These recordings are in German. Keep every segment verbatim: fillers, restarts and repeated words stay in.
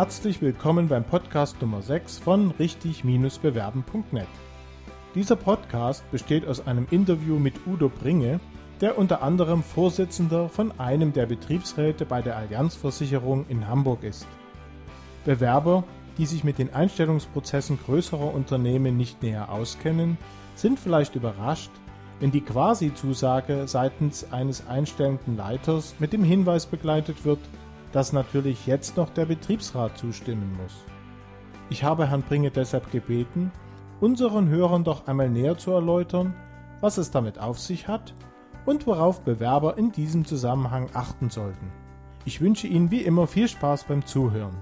Herzlich willkommen beim Podcast Nummer sechs von richtig bewerben punkt net. Dieser Podcast besteht aus einem Interview mit Udo Bringe, der unter anderem Vorsitzender von einem der Betriebsräte bei der Allianz Versicherung in Hamburg ist. Bewerber, die sich mit den Einstellungsprozessen größerer Unternehmen nicht näher auskennen, sind vielleicht überrascht, wenn die Quasi-Zusage seitens eines einstellenden Leiters mit dem Hinweis begleitet wird, dass natürlich jetzt noch der Betriebsrat zustimmen muss. Ich habe Herrn Bringe deshalb gebeten, unseren Hörern doch einmal näher zu erläutern, was es damit auf sich hat und worauf Bewerber in diesem Zusammenhang achten sollten. Ich wünsche Ihnen wie immer viel Spaß beim Zuhören.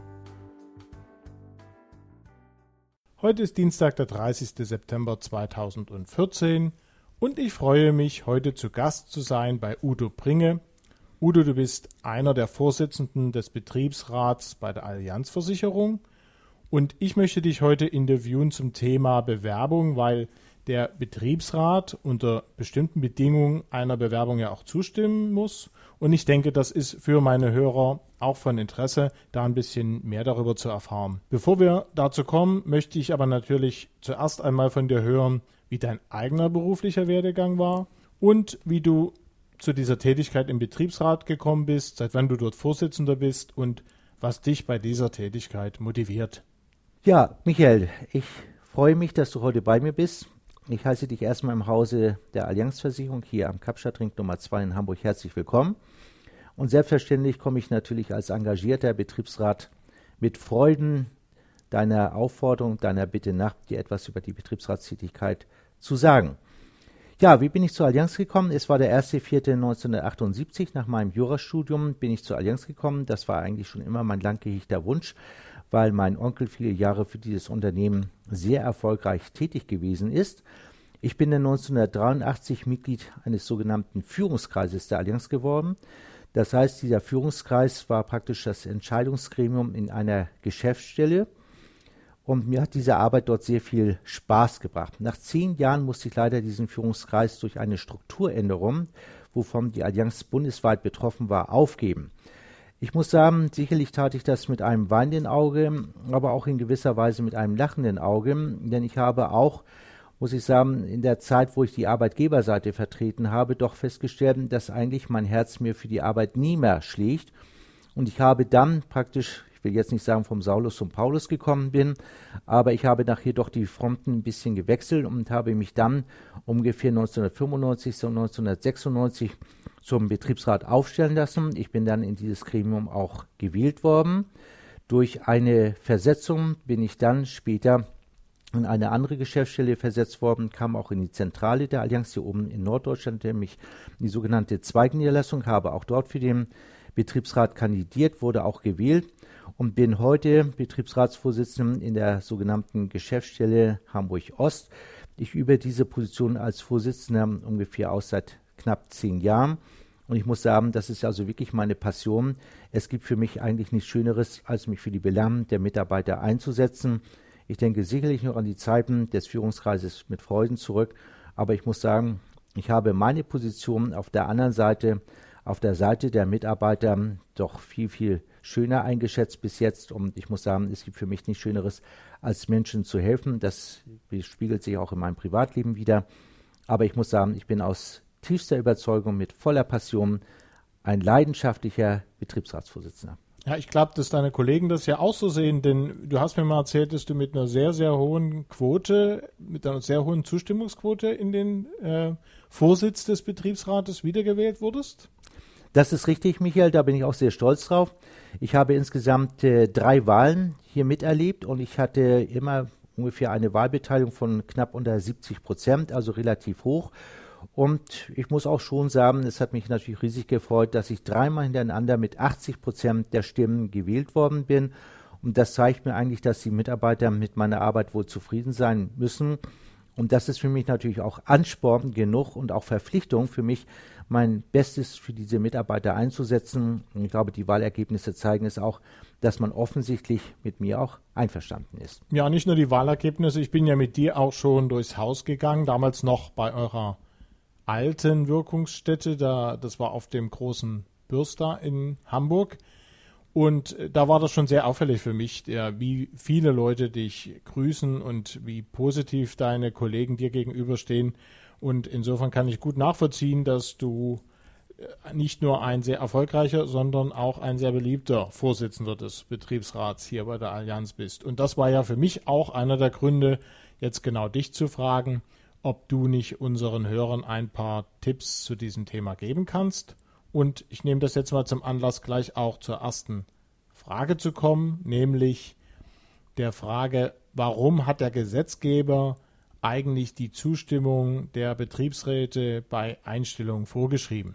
Heute ist Dienstag, der dreißigster September zweitausendvierzehn und ich freue mich, heute zu Gast zu sein bei Udo Bringe. Udo, du bist einer der Vorsitzenden des Betriebsrats bei der Allianz Versicherung und ich möchte dich heute interviewen zum Thema Bewerbung, weil der Betriebsrat unter bestimmten Bedingungen einer Bewerbung ja auch zustimmen muss und ich denke, das ist für meine Hörer auch von Interesse, da ein bisschen mehr darüber zu erfahren. Bevor wir dazu kommen, möchte ich aber natürlich zuerst einmal von dir hören, wie dein eigener beruflicher Werdegang war und wie du zu dieser Tätigkeit im Betriebsrat gekommen bist, seit wann du dort Vorsitzender bist und was dich bei dieser Tätigkeit motiviert. Ja, Michael, ich freue mich, dass du heute bei mir bist. Ich heiße dich erstmal im Hause der Allianz Versicherung hier am Kapstadtring Nummer zwei in Hamburg herzlich willkommen. Und selbstverständlich komme ich natürlich als engagierter Betriebsrat mit Freuden deiner Aufforderung, deiner Bitte nach, dir etwas über die Betriebsratstätigkeit zu sagen. Ja, wie bin ich zur Allianz gekommen? Es war der erster vierter neunzehnhundertachtundsiebzig. Nach meinem Jurastudium bin ich zur Allianz gekommen. Das war eigentlich schon immer mein lang gehegter Wunsch, weil mein Onkel viele Jahre für dieses Unternehmen sehr erfolgreich tätig gewesen ist. Ich bin dann neunzehnhundertdreiundachtzig Mitglied eines sogenannten Führungskreises der Allianz geworden. Das heißt, dieser Führungskreis war praktisch das Entscheidungsgremium in einer Geschäftsstelle. Und mir hat diese Arbeit dort sehr viel Spaß gebracht. Nach zehn Jahren musste ich leider diesen Führungskreis durch eine Strukturänderung, wovon die Allianz bundesweit betroffen war, aufgeben. Ich muss sagen, sicherlich tat ich das mit einem weinenden Auge, aber auch in gewisser Weise mit einem lachenden Auge. Denn ich habe auch, muss ich sagen, in der Zeit, wo ich die Arbeitgeberseite vertreten habe, doch festgestellt, dass eigentlich mein Herz mir für die Arbeitnehmer schlägt. Und ich habe dann praktisch, ich will jetzt nicht sagen, vom Saulus zum Paulus gekommen bin, aber ich habe nachher doch die Fronten ein bisschen gewechselt und habe mich dann ungefähr neunzehnhundertfünfundneunzig, so neunzehnhundertsechsundneunzig zum Betriebsrat aufstellen lassen. Ich bin dann in dieses Gremium auch gewählt worden. Durch eine Versetzung bin ich dann später in eine andere Geschäftsstelle versetzt worden, kam auch in die Zentrale der Allianz hier oben in Norddeutschland, nämlich in die sogenannte Zweigniederlassung, habe auch dort für den Betriebsrat kandidiert, wurde auch gewählt und bin heute Betriebsratsvorsitzender in der sogenannten Geschäftsstelle Hamburg-Ost. Ich übe diese Position als Vorsitzender ungefähr aus seit knapp zehn Jahren und ich muss sagen, das ist also wirklich meine Passion. Es gibt für mich eigentlich nichts Schöneres, als mich für die Belange der Mitarbeiter einzusetzen. Ich denke sicherlich noch an die Zeiten des Führungskreises mit Freuden zurück, aber ich muss sagen, ich habe meine Position auf der anderen Seite, auf der Seite der Mitarbeiter doch viel, viel schöner eingeschätzt bis jetzt. Und ich muss sagen, es gibt für mich nichts Schöneres, als Menschen zu helfen. Das spiegelt sich auch in meinem Privatleben wider. Aber ich muss sagen, ich bin aus tiefster Überzeugung mit voller Passion ein leidenschaftlicher Betriebsratsvorsitzender. Ja, ich glaube, dass deine Kollegen das ja auch so sehen, denn du hast mir mal erzählt, dass du mit einer sehr, sehr hohen Quote, mit einer sehr hohen Zustimmungsquote in den äh, Vorsitz des Betriebsrates wiedergewählt wurdest. Das ist richtig, Michael, da bin ich auch sehr stolz drauf. Ich habe insgesamt äh, drei Wahlen hier miterlebt und ich hatte immer ungefähr eine Wahlbeteiligung von knapp unter siebzig Prozent, also relativ hoch. Und ich muss auch schon sagen, es hat mich natürlich riesig gefreut, dass ich dreimal hintereinander mit achtzig Prozent der Stimmen gewählt worden bin. Und das zeigt mir eigentlich, dass die Mitarbeiter mit meiner Arbeit wohl zufrieden sein müssen. Und das ist für mich natürlich auch Ansporn genug und auch Verpflichtung für mich, mein Bestes für diese Mitarbeiter einzusetzen. Und ich glaube, die Wahlergebnisse zeigen es auch, dass man offensichtlich mit mir auch einverstanden ist. Ja, nicht nur die Wahlergebnisse. Ich bin ja mit dir auch schon durchs Haus gegangen, damals noch bei eurer alten Wirkungsstätte. Da, das war auf dem großen Bürster in Hamburg. Und da war das schon sehr auffällig für mich, der, wie viele Leute dich grüßen und wie positiv deine Kollegen dir gegenüberstehen. Und insofern kann ich gut nachvollziehen, dass du nicht nur ein sehr erfolgreicher, sondern auch ein sehr beliebter Vorsitzender des Betriebsrats hier bei der Allianz bist. Und das war ja für mich auch einer der Gründe, jetzt genau dich zu fragen, ob du nicht unseren Hörern ein paar Tipps zu diesem Thema geben kannst. Und ich nehme das jetzt mal zum Anlass, gleich auch zur ersten Frage zu kommen, nämlich der Frage, warum hat der Gesetzgeber eigentlich die Zustimmung der Betriebsräte bei Einstellungen vorgeschrieben?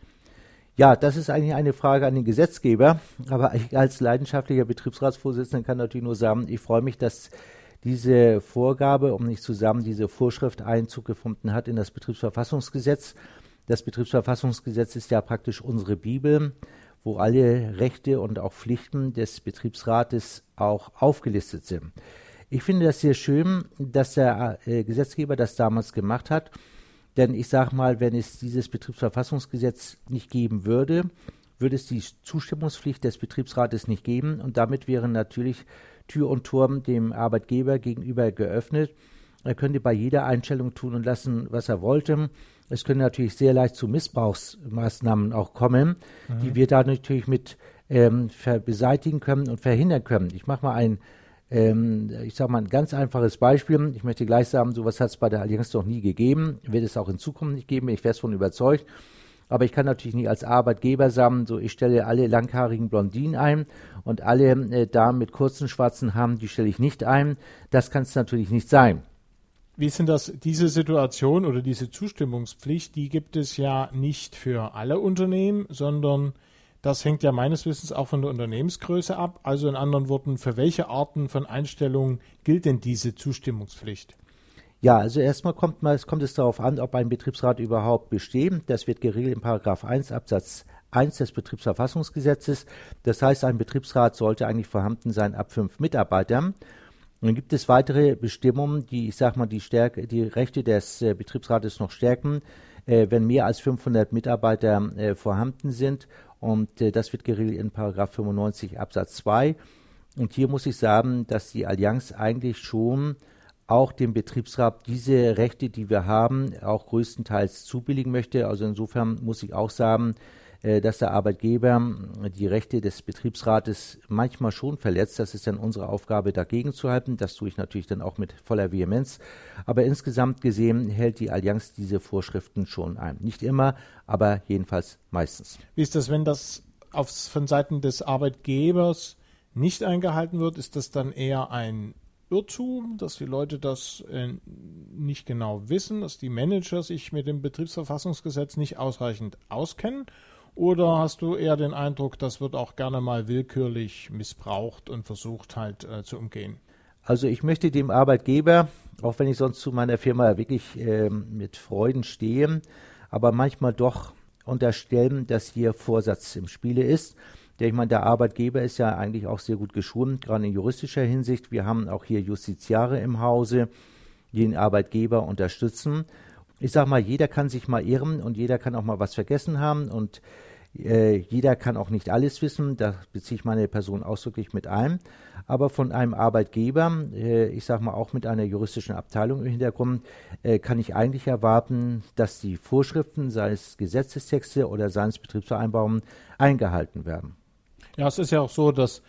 Ja, das ist eigentlich eine Frage an den Gesetzgeber, aber ich als leidenschaftlicher Betriebsratsvorsitzender kann natürlich nur sagen, ich freue mich, dass diese Vorgabe, um nicht zu sagen, diese Vorschrift Einzug gefunden hat in das Betriebsverfassungsgesetz. Das Betriebsverfassungsgesetz ist ja praktisch unsere Bibel, wo alle Rechte und auch Pflichten des Betriebsrates auch aufgelistet sind. Ich finde das sehr schön, dass der äh, Gesetzgeber das damals gemacht hat, denn ich sage mal, wenn es dieses Betriebsverfassungsgesetz nicht geben würde, würde es die Zustimmungspflicht des Betriebsrates nicht geben und damit wären natürlich Tür und Tor dem Arbeitgeber gegenüber geöffnet. Er könnte bei jeder Einstellung tun und lassen, was er wollte. Es können natürlich sehr leicht zu Missbrauchsmaßnahmen auch kommen, mhm. die wir da natürlich mit ähm, beseitigen können und verhindern können. Ich mache mal ein, ähm, ich sage mal ein ganz einfaches Beispiel. Ich möchte gleich sagen, sowas hat es bei der Allianz noch nie gegeben, wird es auch in Zukunft nicht geben. Ich wäre davon überzeugt. Aber ich kann natürlich nicht als Arbeitgeber sagen, so ich stelle alle langhaarigen Blondinen ein und alle äh, Damen mit kurzen schwarzen Haaren, die stelle ich nicht ein. Das kann es natürlich nicht sein. Wie sind das, diese Situation oder diese Zustimmungspflicht, die gibt es ja nicht für alle Unternehmen, sondern das hängt ja meines Wissens auch von der Unternehmensgröße ab. Also in anderen Worten, für welche Arten von Einstellungen gilt denn diese Zustimmungspflicht? Ja, also erstmal kommt, mal, kommt es darauf an, ob ein Betriebsrat überhaupt besteht. Das wird geregelt in Paragraph eins Absatz eins des Betriebsverfassungsgesetzes. Das heißt, ein Betriebsrat sollte eigentlich vorhanden sein ab fünf Mitarbeitern. Und dann gibt es weitere Bestimmungen, die, ich sage mal, die, Stärke, die Rechte des äh, Betriebsrates noch stärken, äh, wenn mehr als fünfhundert Mitarbeiter äh, vorhanden sind. Und äh, das wird geregelt in Paragraph fünfundneunzig Absatz zwei. Und hier muss ich sagen, dass die Allianz eigentlich schon auch dem Betriebsrat diese Rechte, die wir haben, auch größtenteils zubilligen möchte. Also insofern muss ich auch sagen, dass der Arbeitgeber die Rechte des Betriebsrates manchmal schon verletzt. Das ist dann unsere Aufgabe, dagegen zu halten. Das tue ich natürlich dann auch mit voller Vehemenz. Aber insgesamt gesehen hält die Allianz diese Vorschriften schon ein. Nicht immer, aber jedenfalls meistens. Wie ist das, wenn das auf, von Seiten des Arbeitgebers nicht eingehalten wird? Ist das dann eher ein Irrtum, dass die Leute das äh, nicht genau wissen, dass die Manager sich mit dem Betriebsverfassungsgesetz nicht ausreichend auskennen? Oder hast du eher den Eindruck, das wird auch gerne mal willkürlich missbraucht und versucht halt äh, zu umgehen? Also ich möchte dem Arbeitgeber, auch wenn ich sonst zu meiner Firma wirklich äh, mit Freuden stehe, aber manchmal doch unterstellen, dass hier Vorsatz im Spiele ist. Der, ich meine, der Arbeitgeber ist ja eigentlich auch sehr gut geschult, gerade in juristischer Hinsicht. Wir haben auch hier Justiziare im Hause, die den Arbeitgeber unterstützen. Ich sage mal, jeder kann sich mal irren und jeder kann auch mal was vergessen haben und äh, jeder kann auch nicht alles wissen. Da beziehe ich meine Person ausdrücklich mit ein. Aber von einem Arbeitgeber, äh, ich sage mal auch mit einer juristischen Abteilung im Hintergrund, äh, kann ich eigentlich erwarten, dass die Vorschriften, sei es Gesetzestexte oder seien es Betriebsvereinbarungen, eingehalten werden. Ja, es ist ja auch so, dass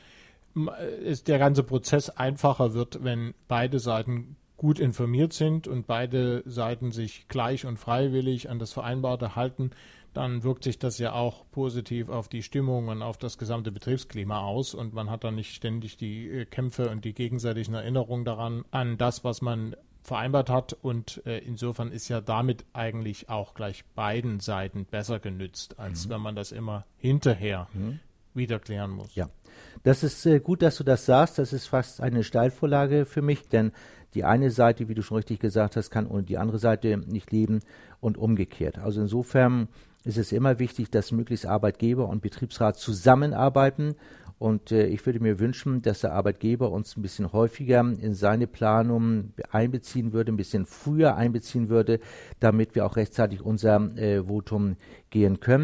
es der ganze Prozess einfacher wird, wenn beide Seiten gut informiert sind und beide Seiten sich gleich und freiwillig an das Vereinbarte halten, dann wirkt sich das ja auch positiv auf die Stimmung und auf das gesamte Betriebsklima aus und man hat dann nicht ständig die Kämpfe und die gegenseitigen Erinnerungen daran, an das, was man vereinbart hat und äh, insofern ist ja damit eigentlich auch gleich beiden Seiten besser genützt, als mhm. wenn man das immer hinterher mhm. wieder klären muss. Ja, das ist äh, gut, dass du das sagst. Das ist fast eine Steilvorlage für mich, denn die eine Seite, wie du schon richtig gesagt hast, kann ohne die andere Seite nicht leben und umgekehrt. Also insofern ist es immer wichtig, dass möglichst Arbeitgeber und Betriebsrat zusammenarbeiten. Und äh, ich würde mir wünschen, dass der Arbeitgeber uns ein bisschen häufiger in seine Planung einbeziehen würde, ein bisschen früher einbeziehen würde, damit wir auch rechtzeitig unser äh, Votum gehen können.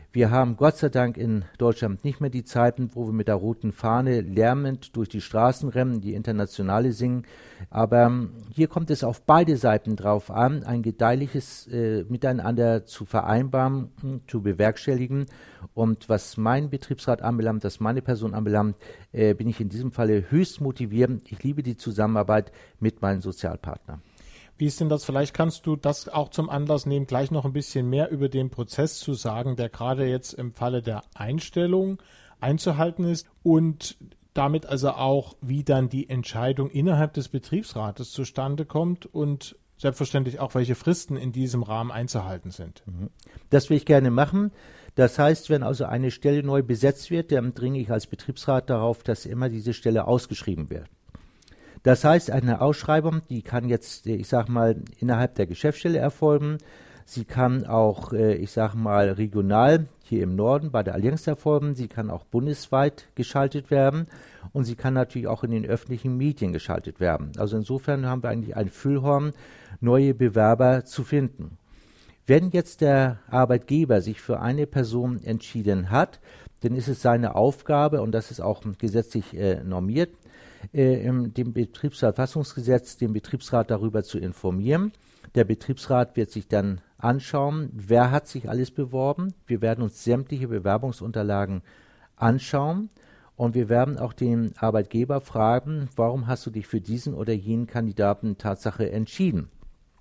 Wir haben Gott sei Dank in Deutschland nicht mehr die Zeiten, wo wir mit der roten Fahne lärmend durch die Straßen rennen, die Internationale singen. Aber hier kommt es auf beide Seiten drauf an, ein gedeihliches äh, Miteinander zu vereinbaren, zu bewerkstelligen. Und was meinen Betriebsrat anbelangt, was meine Person anbelangt, äh, bin ich in diesem Falle höchst motiviert. Ich liebe die Zusammenarbeit mit meinen Sozialpartnern. Wie ist denn das? Vielleicht kannst du das auch zum Anlass nehmen, gleich noch ein bisschen mehr über den Prozess zu sagen, der gerade jetzt im Falle der Einstellung einzuhalten ist und damit also auch, wie dann die Entscheidung innerhalb des Betriebsrates zustande kommt und selbstverständlich auch, welche Fristen in diesem Rahmen einzuhalten sind. Das will ich gerne machen. Das heißt, wenn also eine Stelle neu besetzt wird, dann dringe ich als Betriebsrat darauf, dass immer diese Stelle ausgeschrieben wird. Das heißt, eine Ausschreibung, die kann jetzt, ich sag mal, innerhalb der Geschäftsstelle erfolgen. Sie kann auch, ich sag mal, regional hier im Norden bei der Allianz erfolgen. Sie kann auch bundesweit geschaltet werden und sie kann natürlich auch in den öffentlichen Medien geschaltet werden. Also insofern haben wir eigentlich ein Füllhorn, neue Bewerber zu finden. Wenn jetzt der Arbeitgeber sich für eine Person entschieden hat, dann ist es seine Aufgabe, und das ist auch gesetzlich äh, normiert, äh, im dem Betriebsverfassungsgesetz den Betriebsrat darüber zu informieren. Der Betriebsrat wird sich dann anschauen, wer hat sich alles beworben. Wir werden uns sämtliche Bewerbungsunterlagen anschauen und wir werden auch den Arbeitgeber fragen, warum hast du dich für diesen oder jenen Kandidaten Tatsache entschieden.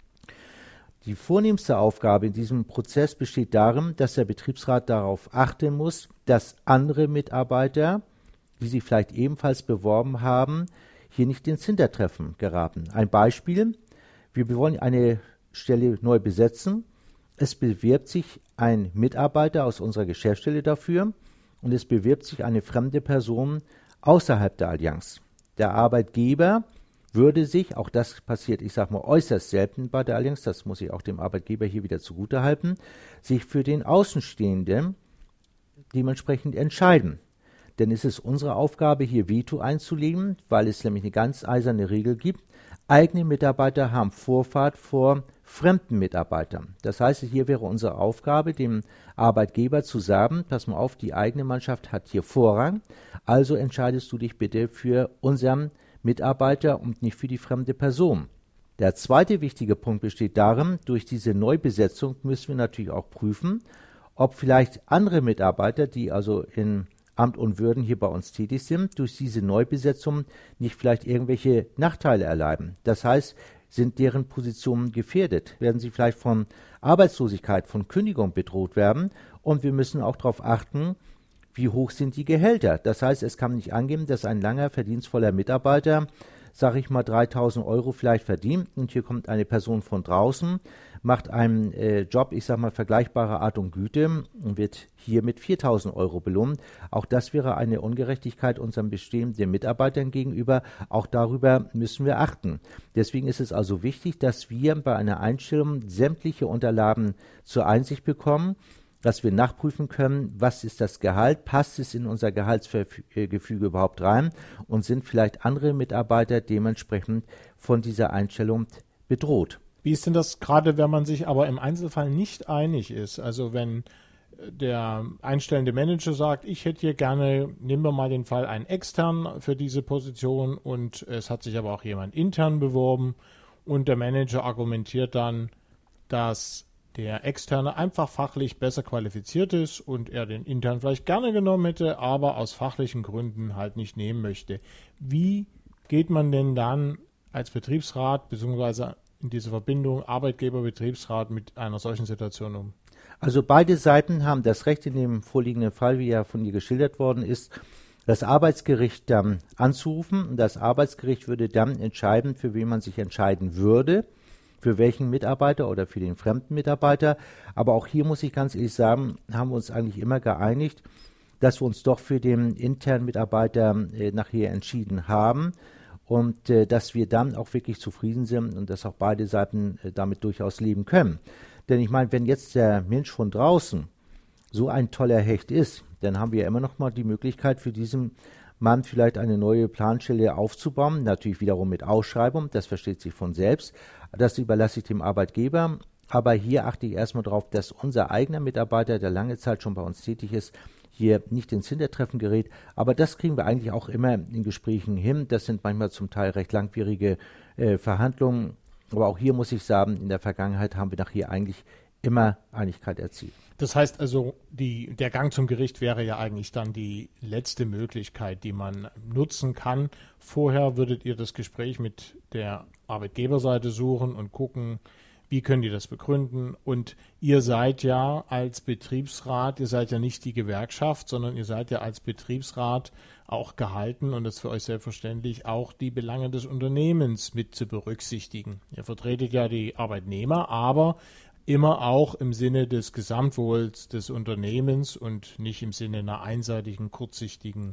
Die vornehmste Aufgabe in diesem Prozess besteht darin, dass der Betriebsrat darauf achten muss, dass andere Mitarbeiter, die sich vielleicht ebenfalls beworben haben, hier nicht ins Hintertreffen geraten. Ein Beispiel: Wir wollen eine Stelle neu besetzen. Es bewirbt sich ein Mitarbeiter aus unserer Geschäftsstelle dafür und es bewirbt sich eine fremde Person außerhalb der Allianz. Der Arbeitgeber würde sich, auch das passiert, ich sage mal, äußerst selten bei der Allianz, das muss ich auch dem Arbeitgeber hier wieder zugutehalten, sich für den Außenstehenden dementsprechend entscheiden. Denn es ist unsere Aufgabe, hier Veto einzulegen, weil es nämlich eine ganz eiserne Regel gibt. Eigene Mitarbeiter haben Vorfahrt vor fremden Mitarbeitern. Das heißt, hier wäre unsere Aufgabe, dem Arbeitgeber zu sagen, pass mal auf, die eigene Mannschaft hat hier Vorrang, also entscheidest du dich bitte für unseren Mitarbeiter und nicht für die fremde Person. Der zweite wichtige Punkt besteht darin, durch diese Neubesetzung müssen wir natürlich auch prüfen, ob vielleicht andere Mitarbeiter, die also in Amt und Würden hier bei uns tätig sind, durch diese Neubesetzung nicht vielleicht irgendwelche Nachteile erleiden. Das heißt, sind deren Positionen gefährdet? Werden sie vielleicht von Arbeitslosigkeit, von Kündigung bedroht werden? Und wir müssen auch darauf achten, wie hoch sind die Gehälter. Das heißt, es kann nicht angehen, dass ein langer, verdienstvoller Mitarbeiter, sage ich mal, dreitausend Euro vielleicht verdient und hier kommt eine Person von draußen, macht einen äh, Job, ich sage mal, vergleichbarer Art und Güte und wird hier mit viertausend Euro belohnt. Auch das wäre eine Ungerechtigkeit unseren bestehenden Mitarbeitern gegenüber. Auch darüber müssen wir achten. Deswegen ist es also wichtig, dass wir bei einer Einstellung sämtliche Unterlagen zur Einsicht bekommen, dass wir nachprüfen können, was ist das Gehalt, passt es in unser Gehaltsgefüge überhaupt rein und sind vielleicht andere Mitarbeiter dementsprechend von dieser Einstellung bedroht. Wie ist denn das gerade, wenn man sich aber im Einzelfall nicht einig ist? Also wenn der einstellende Manager sagt, ich hätte hier gerne, nehmen wir mal den Fall, einen externen für diese Position und es hat sich aber auch jemand intern beworben und der Manager argumentiert dann, dass der Externe einfach fachlich besser qualifiziert ist und er den Intern vielleicht gerne genommen hätte, aber aus fachlichen Gründen halt nicht nehmen möchte. Wie geht man denn dann als Betriebsrat bzw. in dieser Verbindung Arbeitgeber-Betriebsrat mit einer solchen Situation um? Also beide Seiten haben das Recht in dem vorliegenden Fall, wie ja von dir geschildert worden ist, das Arbeitsgericht dann anzurufen und das Arbeitsgericht würde dann entscheiden, für wen man sich entscheiden würde, für welchen Mitarbeiter oder für den fremden Mitarbeiter. Aber auch hier muss ich ganz ehrlich sagen, haben wir uns eigentlich immer geeinigt, dass wir uns doch für den internen Mitarbeiter äh, nachher entschieden haben und äh, dass wir dann auch wirklich zufrieden sind und dass auch beide Seiten äh, damit durchaus leben können. Denn ich meine, wenn jetzt der Mensch von draußen so ein toller Hecht ist, dann haben wir ja immer noch mal die Möglichkeit für diesen Mann vielleicht eine neue Planstelle aufzubauen, natürlich wiederum mit Ausschreibung, das versteht sich von selbst. Das überlasse ich dem Arbeitgeber. Aber hier achte ich erstmal darauf, dass unser eigener Mitarbeiter, der lange Zeit schon bei uns tätig ist, hier nicht ins Hintertreffen gerät. Aber das kriegen wir eigentlich auch immer in Gesprächen hin. Das sind manchmal zum Teil recht langwierige äh, Verhandlungen. Aber auch hier muss ich sagen, in der Vergangenheit haben wir nachher eigentlich immer Einigkeit erzielt. Das heißt also, die, der Gang zum Gericht wäre ja eigentlich dann die letzte Möglichkeit, die man nutzen kann. Vorher würdet ihr das Gespräch mit der Arbeitgeberseite suchen und gucken, wie können die das begründen? Und ihr seid ja als Betriebsrat, ihr seid ja nicht die Gewerkschaft, sondern ihr seid ja als Betriebsrat auch gehalten, und das ist für euch selbstverständlich, auch die Belange des Unternehmens mit zu berücksichtigen. Ihr vertretet ja die Arbeitnehmer, aber immer auch im Sinne des Gesamtwohls des Unternehmens und nicht im Sinne einer einseitigen, kurzsichtigen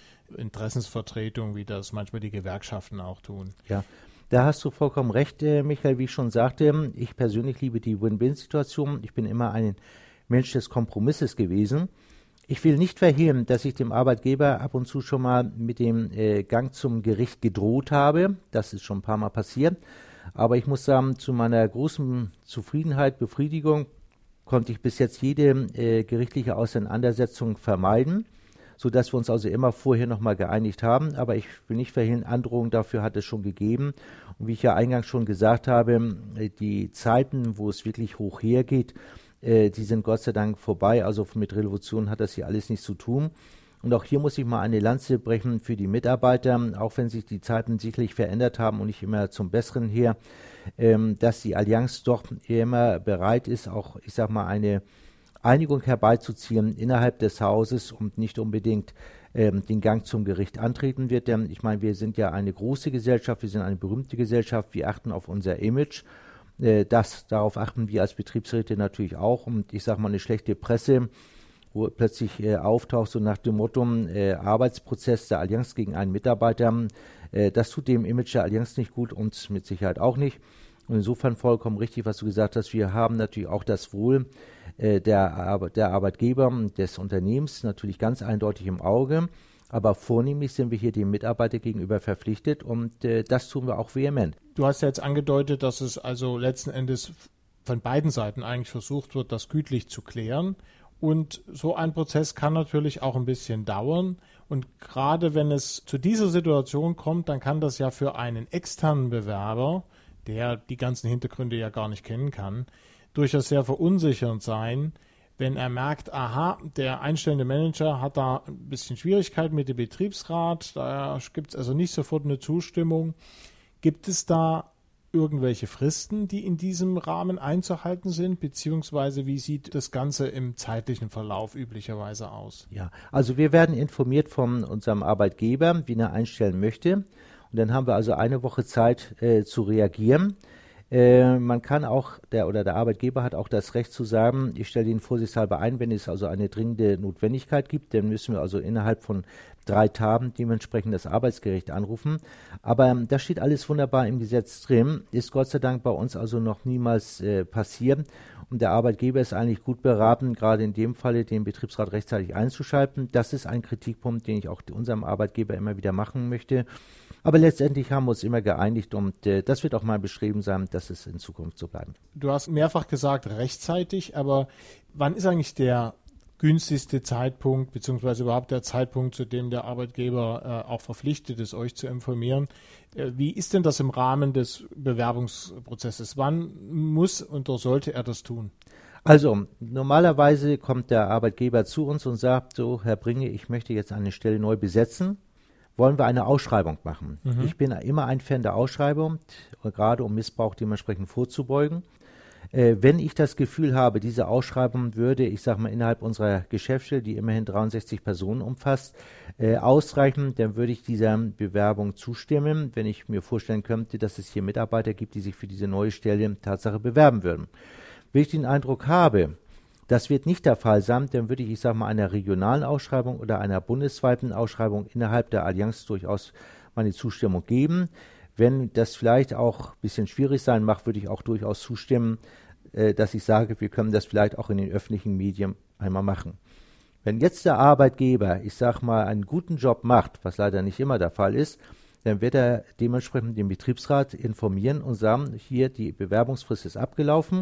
Interessensvertretung, wie das manchmal die Gewerkschaften auch tun. Ja. Da hast du vollkommen recht, Michael, wie ich schon sagte. Ich persönlich liebe die Win-Win-Situation. Ich bin immer ein Mensch des Kompromisses gewesen. Ich will nicht verhehlen, dass ich dem Arbeitgeber ab und zu schon mal mit dem äh, Gang zum Gericht gedroht habe. Das ist schon ein paar Mal passiert. Aber ich muss sagen, zu meiner großen Zufriedenheit, Befriedigung konnte ich bis jetzt jede äh, gerichtliche Auseinandersetzung vermeiden, sodass wir uns also immer vorher nochmal geeinigt haben. Aber ich will nicht verhehlen, Androhungen dafür hat es schon gegeben. Und wie ich ja eingangs schon gesagt habe, die Zeiten, wo es wirklich hoch hergeht, äh, die sind Gott sei Dank vorbei. Also mit Revolution hat das hier alles nichts zu tun. Und auch hier muss ich mal eine Lanze brechen für die Mitarbeiter, auch wenn sich die Zeiten sicherlich verändert haben und nicht immer zum Besseren her, ähm, dass die Allianz doch immer bereit ist, auch, ich sag mal, eine Einigung herbeizuziehen innerhalb des Hauses und nicht unbedingt ähm, den Gang zum Gericht antreten wird. Denn ich meine, wir sind ja eine große Gesellschaft, wir sind eine berühmte Gesellschaft, wir achten auf unser Image. Äh, das, darauf achten wir als Betriebsräte natürlich auch. Und ich sage mal, eine schlechte Presse, wo plötzlich äh, auftaucht, so nach dem Motto, äh, Arbeitsprozess der Allianz gegen einen Mitarbeiter, äh, das tut dem Image der Allianz nicht gut und mit Sicherheit auch nicht. Und insofern vollkommen richtig, was du gesagt hast, wir haben natürlich auch das Wohl äh, der, Ar- der Arbeitgeber, des Unternehmens natürlich ganz eindeutig im Auge, aber vornehmlich sind wir hier dem Mitarbeiter gegenüber verpflichtet und äh, das tun wir auch vehement. Du hast ja jetzt angedeutet, dass es also letzten Endes von beiden Seiten eigentlich versucht wird, das gütlich zu klären. Und so ein Prozess kann natürlich auch ein bisschen dauern. Und gerade wenn es zu dieser Situation kommt, dann kann das ja für einen externen Bewerber, der die ganzen Hintergründe ja gar nicht kennen kann, durchaus sehr verunsichernd sein, wenn er merkt, aha, der einstellende Manager hat da ein bisschen Schwierigkeiten mit dem Betriebsrat, da gibt es also nicht sofort eine Zustimmung. Gibt es da irgendwelche Fristen, die in diesem Rahmen einzuhalten sind, beziehungsweise wie sieht das Ganze im zeitlichen Verlauf üblicherweise aus? Ja, also wir werden informiert von unserem Arbeitgeber, wie er einstellen möchte. Und dann haben wir also eine Woche Zeit äh, zu reagieren. Äh, man kann auch, der oder der Arbeitgeber hat auch das Recht zu sagen, ich stelle den vorsichtshalber ein, wenn es also eine dringende Notwendigkeit gibt, dann müssen wir also innerhalb von drei Tagen dementsprechend das Arbeitsgericht anrufen. Aber ähm, das steht alles wunderbar im Gesetz drin, ist Gott sei Dank bei uns also noch niemals äh, passiert. Und der Arbeitgeber ist eigentlich gut beraten, gerade in dem Falle den Betriebsrat rechtzeitig einzuschalten. Das ist ein Kritikpunkt, den ich auch unserem Arbeitgeber immer wieder machen möchte. Aber letztendlich haben wir uns immer geeinigt und äh, das wird auch mein Bestreben sein, dass es in Zukunft so bleibt. Du hast mehrfach gesagt rechtzeitig, aber wann ist eigentlich der günstigste Zeitpunkt, beziehungsweise überhaupt der Zeitpunkt, zu dem der Arbeitgeber äh, auch verpflichtet ist, euch zu informieren? Äh, wie ist denn das im Rahmen des Bewerbungsprozesses? Wann muss oder sollte er das tun? Also, normalerweise kommt der Arbeitgeber zu uns und sagt so, Herr Bringe, ich möchte jetzt eine Stelle neu besetzen. Wollen wir eine Ausschreibung machen? Mhm. Ich bin immer ein Fan der Ausschreibung, gerade um Missbrauch dementsprechend vorzubeugen. Äh, wenn ich das Gefühl habe, diese Ausschreibung würde, ich sage mal, innerhalb unserer Geschäftsstelle, die immerhin dreiundsechzig Personen umfasst, äh, ausreichen, dann würde ich dieser Bewerbung zustimmen, wenn ich mir vorstellen könnte, dass es hier Mitarbeiter gibt, die sich für diese neue Stelle Tatsache bewerben würden. Wenn ich den Eindruck habe, das wird nicht der Fall sein, dann würde ich, ich sage mal, einer regionalen Ausschreibung oder einer bundesweiten Ausschreibung innerhalb der Allianz durchaus meine Zustimmung geben. Wenn das vielleicht auch ein bisschen schwierig sein mag, würde ich auch durchaus zustimmen, äh, dass ich sage, wir können das vielleicht auch in den öffentlichen Medien einmal machen. Wenn jetzt der Arbeitgeber, ich sage mal, einen guten Job macht, was leider nicht immer der Fall ist, dann wird er dementsprechend den Betriebsrat informieren und sagen, hier, die Bewerbungsfrist ist abgelaufen.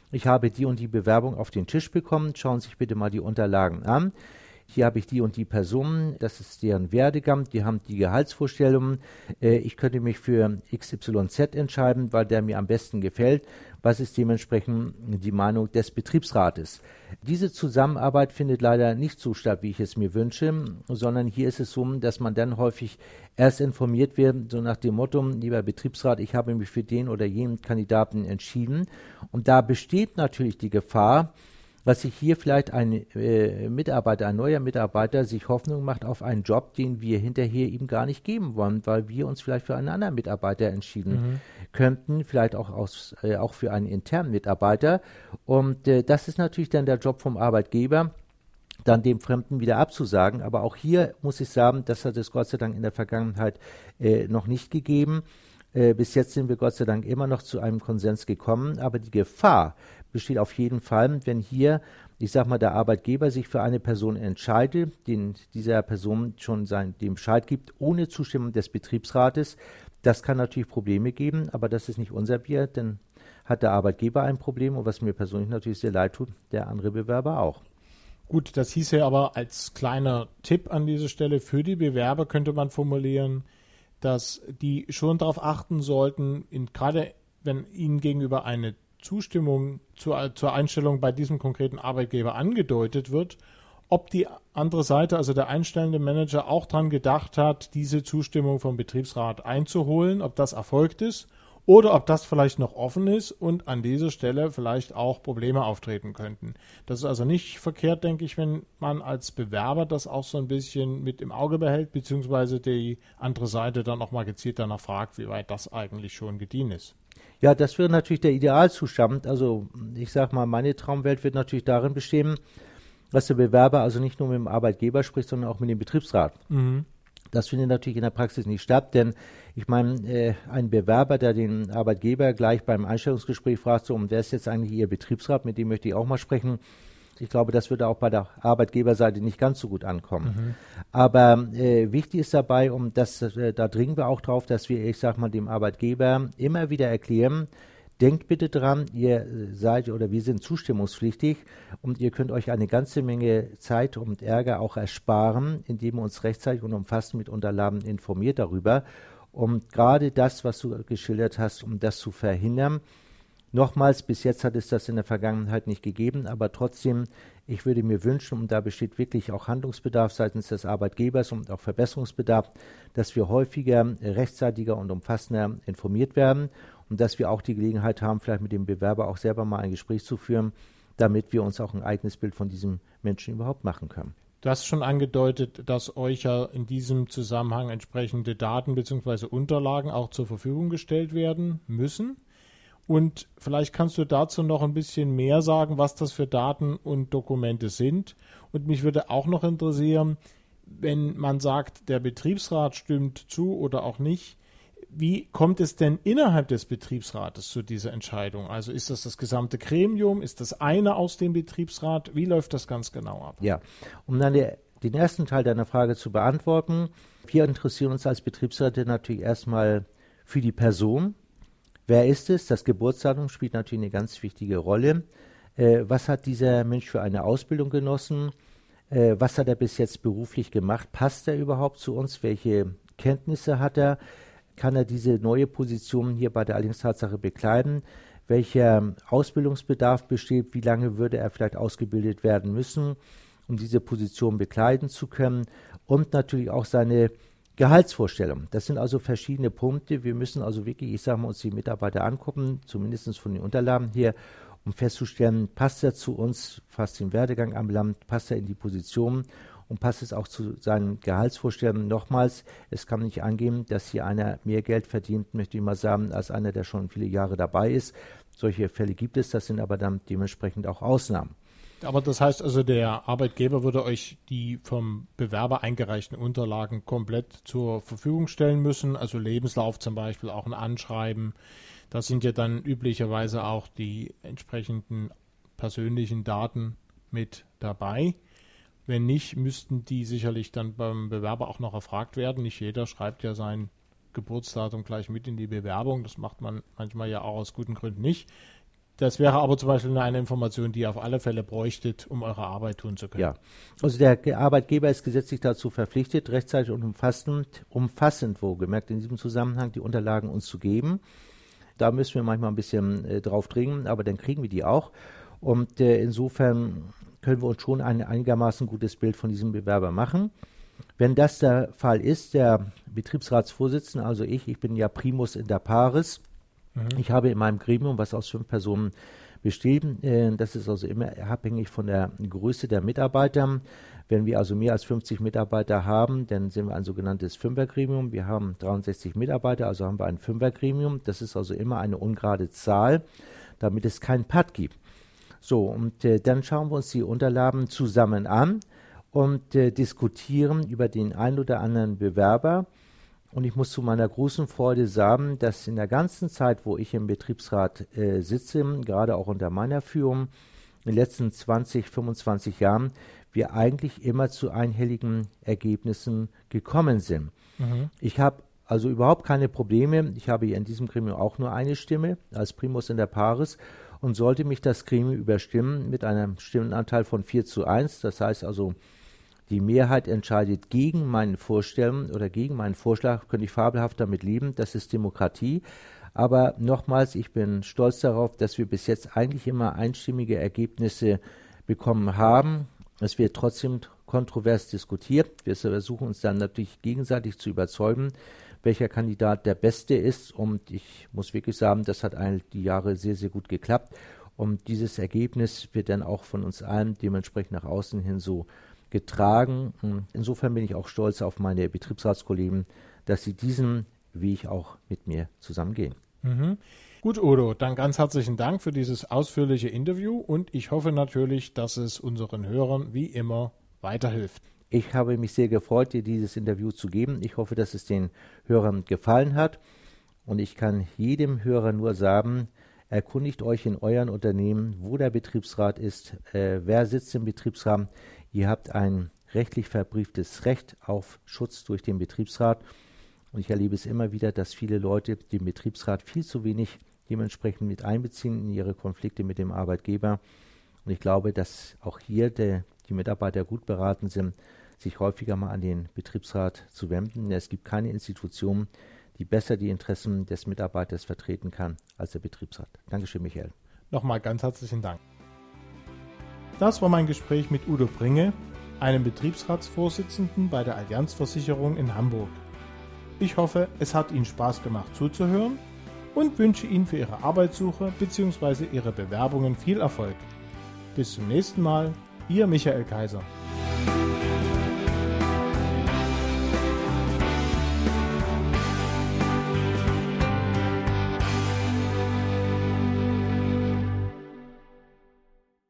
ich habe die und die Bewerbung auf den Tisch bekommen, schauen Sie sich bitte mal die Unterlagen an. Hier habe ich die und die Personen, das ist deren Werdegang, die haben die Gehaltsvorstellungen. Äh, ich könnte mich für X Y Z entscheiden, weil der mir am besten gefällt. Was ist dementsprechend die Meinung des Betriebsrates? Diese Zusammenarbeit findet leider nicht so statt, wie ich es mir wünsche, sondern hier ist es so, dass man dann häufig erst informiert wird, so nach dem Motto, lieber Betriebsrat, ich habe mich für den oder jenen Kandidaten entschieden. Und da besteht natürlich die Gefahr, dass sich hier vielleicht ein äh, Mitarbeiter, ein neuer Mitarbeiter sich Hoffnung macht auf einen Job, den wir hinterher ihm gar nicht geben wollen, weil wir uns vielleicht für einen anderen Mitarbeiter entschieden mhm. könnten, vielleicht auch, aus, äh, auch für einen internen Mitarbeiter. Und äh, das ist natürlich dann der Job vom Arbeitgeber, dann dem Fremden wieder abzusagen. Aber auch hier muss ich sagen, das hat es Gott sei Dank in der Vergangenheit äh, noch nicht gegeben. Äh, bis jetzt sind wir Gott sei Dank immer noch zu einem Konsens gekommen, aber die Gefahr besteht auf jeden Fall, wenn hier, ich sag mal, der Arbeitgeber sich für eine Person entscheidet, den dieser Person schon sein, den Bescheid gibt, ohne Zustimmung des Betriebsrates. Das kann natürlich Probleme geben, aber das ist nicht unser Bier, denn hat der Arbeitgeber ein Problem und was mir persönlich natürlich sehr leid tut, der andere Bewerber auch. Gut, das hieße aber als kleiner Tipp an dieser Stelle für die Bewerber könnte man formulieren, dass die schon darauf achten sollten, in, gerade wenn ihnen gegenüber eine Zustimmung zur, zur Einstellung bei diesem konkreten Arbeitgeber angedeutet wird, ob die andere Seite, also der einstellende Manager, auch daran gedacht hat, diese Zustimmung vom Betriebsrat einzuholen, ob das erfolgt ist oder ob das vielleicht noch offen ist und an dieser Stelle vielleicht auch Probleme auftreten könnten. Das ist also nicht verkehrt, denke ich, wenn man als Bewerber das auch so ein bisschen mit im Auge behält, beziehungsweise die andere Seite dann auch mal gezielt danach fragt, wie weit das eigentlich schon gediehen ist. Ja, das wäre natürlich der Idealzustand. Also ich sage mal, meine Traumwelt wird natürlich darin bestehen, dass der Bewerber also nicht nur mit dem Arbeitgeber spricht, sondern auch mit dem Betriebsrat. Mhm. Das findet natürlich in der Praxis nicht statt, denn ich meine, äh, ein Bewerber, der den Arbeitgeber gleich beim Einstellungsgespräch fragt, so, und wer ist jetzt eigentlich Ihr Betriebsrat, mit dem möchte ich auch mal sprechen. Ich glaube, das würde auch bei der Arbeitgeberseite nicht ganz so gut ankommen. Mhm. Aber äh, wichtig ist dabei, um das, äh, da dringen wir auch drauf, dass wir, ich sag mal, dem Arbeitgeber immer wieder erklären, denkt bitte dran, ihr seid oder wir sind zustimmungspflichtig und ihr könnt euch eine ganze Menge Zeit und Ärger auch ersparen, indem ihr uns rechtzeitig und umfassend mit Unterlagen informiert darüber. Und gerade das, was du geschildert hast, um das zu verhindern. Nochmals, bis jetzt hat es das in der Vergangenheit nicht gegeben, aber trotzdem, ich würde mir wünschen, und da besteht wirklich auch Handlungsbedarf seitens des Arbeitgebers und auch Verbesserungsbedarf, dass wir häufiger, rechtzeitiger und umfassender informiert werden und dass wir auch die Gelegenheit haben, vielleicht mit dem Bewerber auch selber mal ein Gespräch zu führen, damit wir uns auch ein eigenes Bild von diesem Menschen überhaupt machen können. Du hast schon angedeutet, dass euch ja in diesem Zusammenhang entsprechende Daten bzw. Unterlagen auch zur Verfügung gestellt werden müssen. Und vielleicht kannst du dazu noch ein bisschen mehr sagen, was das für Daten und Dokumente sind. Und mich würde auch noch interessieren, wenn man sagt, der Betriebsrat stimmt zu oder auch nicht, wie kommt es denn innerhalb des Betriebsrates zu dieser Entscheidung? Also ist das das gesamte Gremium? Ist das einer aus dem Betriebsrat? Wie läuft das ganz genau ab? Ja, um dann der, den ersten Teil deiner Frage zu beantworten. Wir interessieren uns als Betriebsräte natürlich erstmal für die Person. Wer ist es? Das Geburtsdatum spielt natürlich eine ganz wichtige Rolle. Äh, was hat dieser Mensch für eine Ausbildung genossen? Äh, was hat er bis jetzt beruflich gemacht? Passt er überhaupt zu uns? Welche Kenntnisse hat er? Kann er diese neue Position hier bei der Allianz-Tatsache bekleiden? Welcher Ausbildungsbedarf besteht? Wie lange würde er vielleicht ausgebildet werden müssen, um diese Position bekleiden zu können? Und natürlich auch seine Gehaltsvorstellung. Das sind also verschiedene Punkte. Wir müssen also wirklich, ich sage mal, uns die Mitarbeiter angucken, zumindest von den Unterlagen hier, um festzustellen, passt er zu uns, was den Werdegang anbelangt, passt er in die Position und passt es auch zu seinen Gehaltsvorstellungen. Nochmals, es kann nicht angehen, dass hier einer mehr Geld verdient, möchte ich mal sagen, als einer, der schon viele Jahre dabei ist. Solche Fälle gibt es, das sind aber dann dementsprechend auch Ausnahmen. Aber das heißt also, der Arbeitgeber würde euch die vom Bewerber eingereichten Unterlagen komplett zur Verfügung stellen müssen, also Lebenslauf zum Beispiel, auch ein Anschreiben. Da sind ja dann üblicherweise auch die entsprechenden persönlichen Daten mit dabei. Wenn nicht, müssten die sicherlich dann beim Bewerber auch noch erfragt werden. Nicht jeder schreibt ja sein Geburtsdatum gleich mit in die Bewerbung. Das macht man manchmal ja auch aus guten Gründen nicht. Das wäre aber zum Beispiel eine Information, die ihr auf alle Fälle bräuchtet, um eure Arbeit tun zu können. Ja, also der Arbeitgeber ist gesetzlich dazu verpflichtet, rechtzeitig und umfassend, umfassend wohlgemerkt in diesem Zusammenhang die Unterlagen uns zu geben. Da müssen wir manchmal ein bisschen äh, drauf dringen, aber dann kriegen wir die auch. Und äh, insofern können wir uns schon ein einigermaßen gutes Bild von diesem Bewerber machen. Wenn das der Fall ist, der Betriebsratsvorsitzende, also ich, ich bin ja Primus inter pares, mhm. ich habe in meinem Gremium, was aus fünf Personen besteht, äh, das ist also immer abhängig von der Größe der Mitarbeiter. Wenn wir also mehr als fünfzig Mitarbeiter haben, dann sind wir ein sogenanntes Fünfergremium. Wir haben dreiundsechzig Mitarbeiter, also haben wir ein Fünfergremium. Das ist also immer eine ungerade Zahl, damit es keinen Patt gibt. So, und äh, dann schauen wir uns die Unterlagen zusammen an und äh, diskutieren über den einen oder anderen Bewerber. Und ich muss zu meiner großen Freude sagen, dass in der ganzen Zeit, wo ich im Betriebsrat äh, sitze, gerade auch unter meiner Führung, in den letzten zwanzig, fünfundzwanzig Jahren, wir eigentlich immer zu einhelligen Ergebnissen gekommen sind. Mhm. Ich habe also überhaupt keine Probleme. Ich habe hier in diesem Gremium auch nur eine Stimme als Primus inter pares und sollte mich das Gremium überstimmen mit einem Stimmenanteil von vier zu eins. Das heißt also, die Mehrheit entscheidet gegen meinen Vorstellen oder gegen meinen Vorschlag, könnte ich fabelhaft damit leben. Das ist Demokratie. Aber nochmals, ich bin stolz darauf, dass wir bis jetzt eigentlich immer einstimmige Ergebnisse bekommen haben. Es wird trotzdem kontrovers diskutiert. Wir versuchen uns dann natürlich gegenseitig zu überzeugen, welcher Kandidat der Beste ist. Und ich muss wirklich sagen, das hat all die Jahre sehr, sehr gut geklappt. Und dieses Ergebnis wird dann auch von uns allen dementsprechend nach außen hin so getragen. Insofern bin ich auch stolz auf meine Betriebsratskollegen, dass sie diesen Weg auch mit mir zusammengehen. Mhm. Gut, Udo, dann ganz herzlichen Dank für dieses ausführliche Interview und ich hoffe natürlich, dass es unseren Hörern wie immer weiterhilft. Ich habe mich sehr gefreut, dir dieses Interview zu geben. Ich hoffe, dass es den Hörern gefallen hat und ich kann jedem Hörer nur sagen, erkundigt euch in euren Unternehmen, wo der Betriebsrat ist, äh, wer sitzt im Betriebsrat. Ihr habt ein rechtlich verbrieftes Recht auf Schutz durch den Betriebsrat. Und ich erlebe es immer wieder, dass viele Leute den Betriebsrat viel zu wenig dementsprechend mit einbeziehen in ihre Konflikte mit dem Arbeitgeber. Und ich glaube, dass auch hier der, die Mitarbeiter gut beraten sind, sich häufiger mal an den Betriebsrat zu wenden. Es gibt keine Institution, die besser die Interessen des Mitarbeiters vertreten kann als der Betriebsrat. Dankeschön, Michael. Nochmal ganz herzlichen Dank. Das war mein Gespräch mit Udo Bringe, einem Betriebsratsvorsitzenden bei der Allianz-Versicherung in Hamburg. Ich hoffe, es hat Ihnen Spaß gemacht zuzuhören und wünsche Ihnen für Ihre Arbeitssuche bzw. Ihre Bewerbungen viel Erfolg. Bis zum nächsten Mal, Ihr Michael Kaiser.